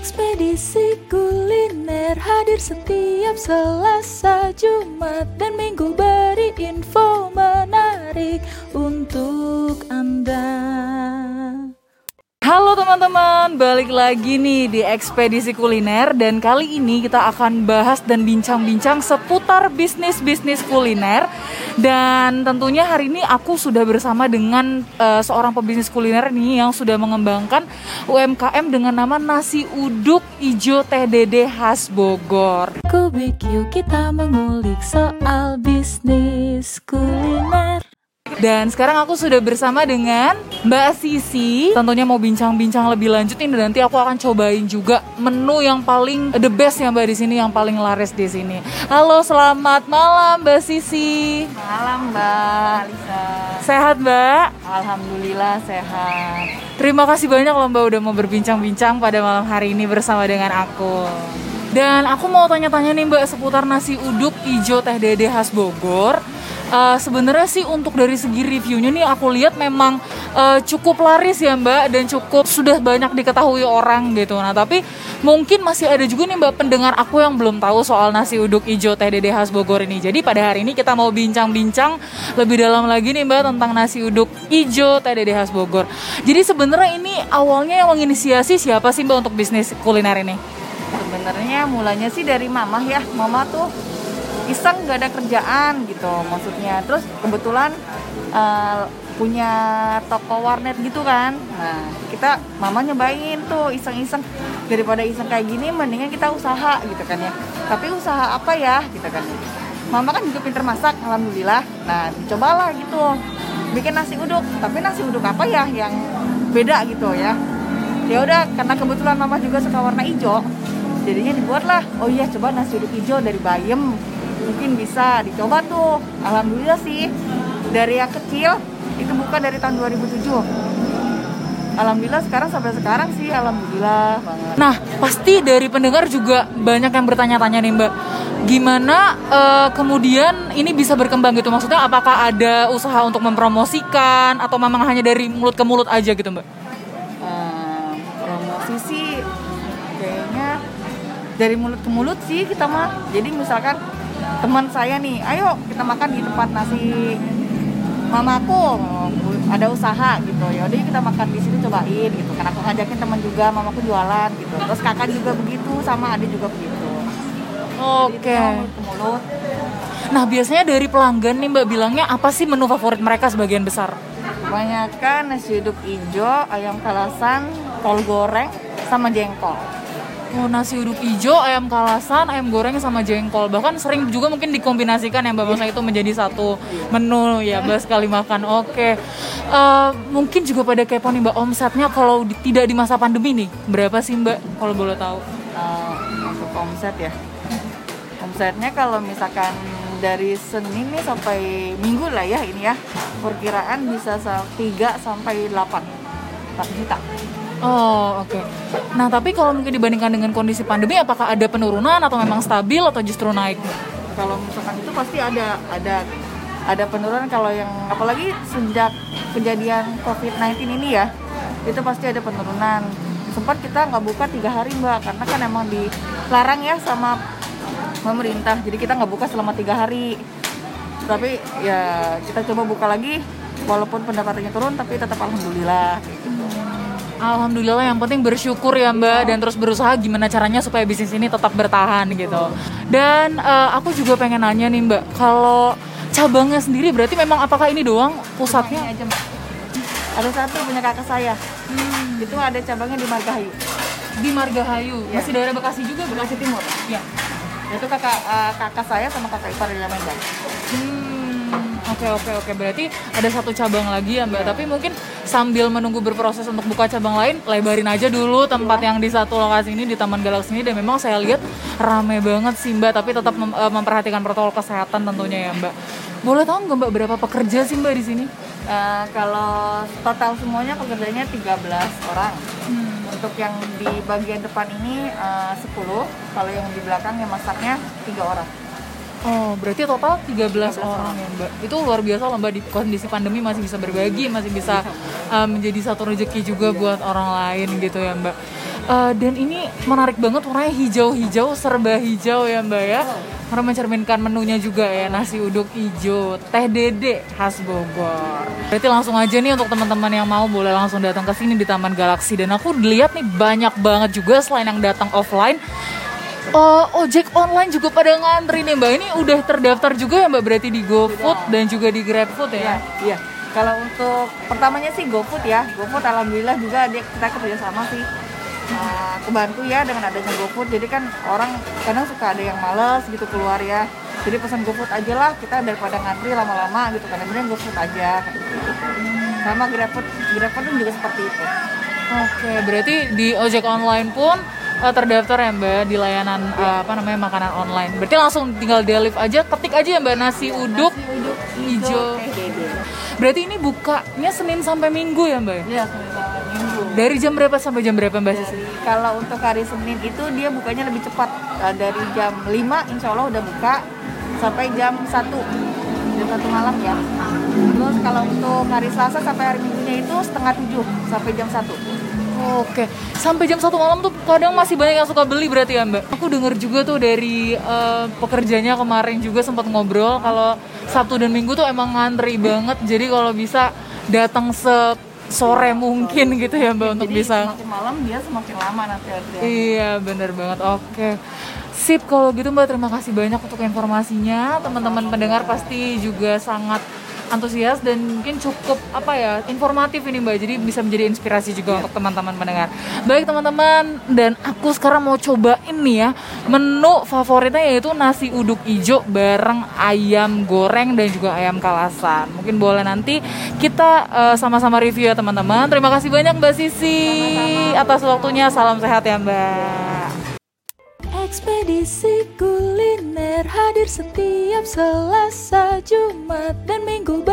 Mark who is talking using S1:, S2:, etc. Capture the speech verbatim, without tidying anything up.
S1: Ekspedisi kuliner hadir setiap Selasa, Jumat, dan Minggu, beri info menarik untuk Anda. Halo teman-teman, balik lagi nih di Ekspedisi Kuliner, dan kali ini kita akan bahas dan bincang-bincang seputar bisnis-bisnis kuliner. Dan tentunya hari ini aku sudah bersama dengan uh, seorang pebisnis kuliner nih yang sudah mengembangkan U M K M dengan nama Nasi Uduk Ijo Teh Dede khas Bogor. Kubik yuk kita mengulik soal bisnis kuliner. Dan sekarang aku sudah bersama dengan Mbak Sisi. Tentunya mau bincang-bincang lebih lanjut ini, dan nanti aku akan cobain juga menu yang paling the best ya Mbak di sini, yang paling laris di sini. Halo, selamat malam Mbak Sisi.
S2: Malam Mbak Lisa.
S1: Sehat Mbak?
S2: Alhamdulillah sehat.
S1: Terima kasih banyak loh Mbak udah mau berbincang-bincang pada malam hari ini bersama dengan aku. Dan aku mau tanya-tanya nih Mbak seputar nasi uduk Ijo Teh Dede khas Bogor. Uh, sebenarnya sih untuk dari segi reviewnya nih aku lihat memang uh, cukup laris ya Mbak, dan cukup sudah banyak diketahui orang gitu. Nah tapi mungkin masih ada juga nih Mbak pendengar aku yang belum tahu soal nasi uduk Ijo Teh Dede khas Bogor ini. Jadi pada hari ini kita mau bincang-bincang lebih dalam lagi nih Mbak tentang nasi uduk Ijo Teh Dede khas Bogor. Jadi sebenarnya ini awalnya yang menginisiasi siapa sih Mbak untuk bisnis kuliner ini?
S2: Sebenarnya mulanya sih dari mama ya. Mama tuh iseng gak ada kerjaan gitu maksudnya, terus kebetulan uh, punya toko warnet gitu kan. Nah kita mama nyobain tuh iseng-iseng, daripada iseng kayak gini mendingan kita usaha gitu kan ya. Tapi usaha apa ya gitu kan, mama kan juga pinter masak alhamdulillah. Nah dicobalah gitu bikin nasi uduk, tapi nasi uduk apa ya yang beda gitu ya. Ya udah, karena kebetulan mama juga suka warna hijau, jadinya dibuatlah, oh iya coba nasi uduk hijau dari bayam, mungkin bisa dicoba tuh. Alhamdulillah sih dari yang kecil itu buka dari tahun dua ribu tujuh. Alhamdulillah sekarang sampai sekarang sih alhamdulillah banget.
S1: Nah pasti dari pendengar juga banyak yang bertanya-tanya nih Mbak, gimana uh, kemudian ini bisa berkembang gitu, maksudnya apakah ada usaha untuk mempromosikan atau memang hanya dari mulut ke mulut aja gitu Mbak?
S2: Uh, promosi sih kayaknya dari mulut ke mulut sih kita mah. Jadi misalkan teman saya nih, ayo kita makan di tempat nasi mamaku, ada usaha gitu ya, udah kita makan di sini cobain gitu. Karena aku ngajakin teman juga, mamaku jualan gitu. Terus kakak juga begitu, sama adik juga begitu.
S1: Oke. Okay.
S2: Mulut ke mulut.
S1: Nah biasanya dari pelanggan nih Mbak bilangnya apa sih menu favorit mereka sebagian besar?
S2: Kebanyakan nasi uduk hijau, ayam kalasan, kol goreng, sama jengkol.
S1: Oh, nasi uduk hijau, ayam kalasan, ayam goreng sama jengkol. Bahkan sering juga mungkin dikombinasikan ya Mbak, maksudnya itu menjadi satu menu ya Mbak sekali makan. Oke, uh, mungkin juga pada kepo nih Mbak, omsetnya kalau di, tidak di masa pandemi nih berapa sih Mbak kalau boleh tahu?
S2: Uh, untuk omset ya, omsetnya kalau misalkan dari Senin nih sampai Minggu lah ya ini ya, perkiraan bisa tiga sampai delapan juta.
S1: Oh oke. Okay. Nah tapi kalau mungkin dibandingkan dengan kondisi pandemi, apakah ada penurunan atau memang stabil atau justru naik?
S2: Kalau misalkan itu pasti ada ada ada penurunan. Kalau yang apalagi sejak kejadian covid sembilan belas ini ya, itu pasti ada penurunan. Sempat kita nggak buka tiga hari Mbak, karena kan emang dilarang ya sama pemerintah. Jadi kita nggak buka selama tiga hari. Tapi ya kita coba buka lagi, walaupun pendapatannya turun, tapi tetap alhamdulillah.
S1: Alhamdulillah, yang penting bersyukur ya Mbak, dan terus berusaha gimana caranya supaya bisnis ini tetap bertahan gitu. Dan uh, aku juga pengen nanya nih Mbak, kalau cabangnya sendiri berarti memang apakah ini doang pusatnya?
S2: Ini aja Mbak. Ada satu punya kakak saya, hmm. itu ada cabangnya di Margahayu.
S1: Di Margahayu, ya. Masih daerah Bekasi juga?
S2: Bekasi Timur.
S1: Ya.
S2: Itu kakak uh, kakak saya sama kakak ipar di Medan.
S1: Hmm. Oke oke oke, berarti ada satu cabang lagi ya Mbak, ya. Tapi mungkin sambil menunggu berproses untuk buka cabang lain, lebarin aja dulu tempat ya. Yang di satu lokasi ini di Taman Galaksi ini. Dan memang saya lihat rame banget sih Mbak, tapi tetap mem- memperhatikan protokol kesehatan tentunya ya Mbak. Boleh tahu nggak Mbak berapa pekerja sih Mbak di sini?
S2: Uh, kalau total semuanya pekerjanya tiga belas orang. Hmm. Untuk yang di bagian depan ini uh, sepuluh, kalau yang di belakang yang masaknya tiga orang.
S1: Oh, berarti total tiga belas orang ya Mbak. Itu luar biasa loh Mbak, di kondisi pandemi masih bisa berbagi, masih bisa uh, menjadi satu rezeki juga buat orang lain gitu ya Mbak. Uh, dan ini menarik banget, warnanya hijau-hijau, serba hijau ya Mbak ya. Karena mencerminkan menunya juga ya, nasi uduk hijau, teh dede khas Bogor. Berarti langsung aja nih untuk teman-teman yang mau boleh langsung datang ke sini di Taman Galaksi. Dan aku lihat nih banyak banget juga selain yang datang offline, uh, ojek online juga pada ngantri nih Mbak. Ini udah terdaftar juga ya Mbak berarti di GoFood dan juga di GrabFood ya?
S2: Iya. Kalau untuk pertamanya sih GoFood ya, GoFood alhamdulillah juga dia kita kerjasama sih. Nah, kebantu ya dengan adanya GoFood, jadi kan orang kadang suka ada yang males gitu keluar ya, jadi pesan GoFood aja lah kita daripada ngantri lama-lama gitu kan, kemudian GoFood aja kayak gitu. Sama GrabFood, GrabFood pun juga seperti itu.
S1: Oke, berarti di ojek online pun uh, terdaftar ya Mbak di layanan uh, apa namanya makanan online. Berarti langsung tinggal deliver aja, ketik aja ya Mbak nasi uduk,
S2: nasi uduk
S1: hijau. Berarti ini bukanya Senin sampai Minggu ya Mbak?
S2: Iya, Senin sampai Minggu.
S1: Dari jam berapa sampai jam berapa Mbak Sisi?
S2: Kalau untuk hari Senin itu dia bukanya lebih cepat. Dari jam lima insya Allah udah buka sampai jam satu. Jam satu malam ya. Terus kalau untuk hari Selasa sampai hari Minggunya itu setengah tujuh sampai jam satu.
S1: Oke, sampai jam satu malam tuh kadang masih banyak yang suka beli berarti ya Mbak? Aku denger juga tuh dari uh, pekerjanya kemarin juga sempat ngobrol kalau Sabtu dan Minggu tuh emang ngantri banget. Jadi kalau bisa datang se sore mungkin gitu ya Mbak. Jadi untuk bisa
S2: semakin malam dia semakin lama nanti ada.
S1: Iya bener banget. Oke sip kalau gitu Mbak, terima kasih banyak untuk informasinya. Teman-teman pendengar pasti juga sangat antusias dan mungkin cukup apa ya informatif ini Mbak, jadi bisa menjadi inspirasi juga untuk teman-teman pendengar. Baik teman-teman, dan aku sekarang mau cobain nih ya menu favoritnya, yaitu nasi uduk hijau bareng ayam goreng dan juga ayam kalasan. Mungkin boleh nanti kita uh, sama-sama review ya teman-teman. Terima kasih banyak Mbak Sisi atas waktunya. Salam sehat ya Mbak. Ekspedisi kuliner hadir setiap Selasa, Jumat, dan Minggu.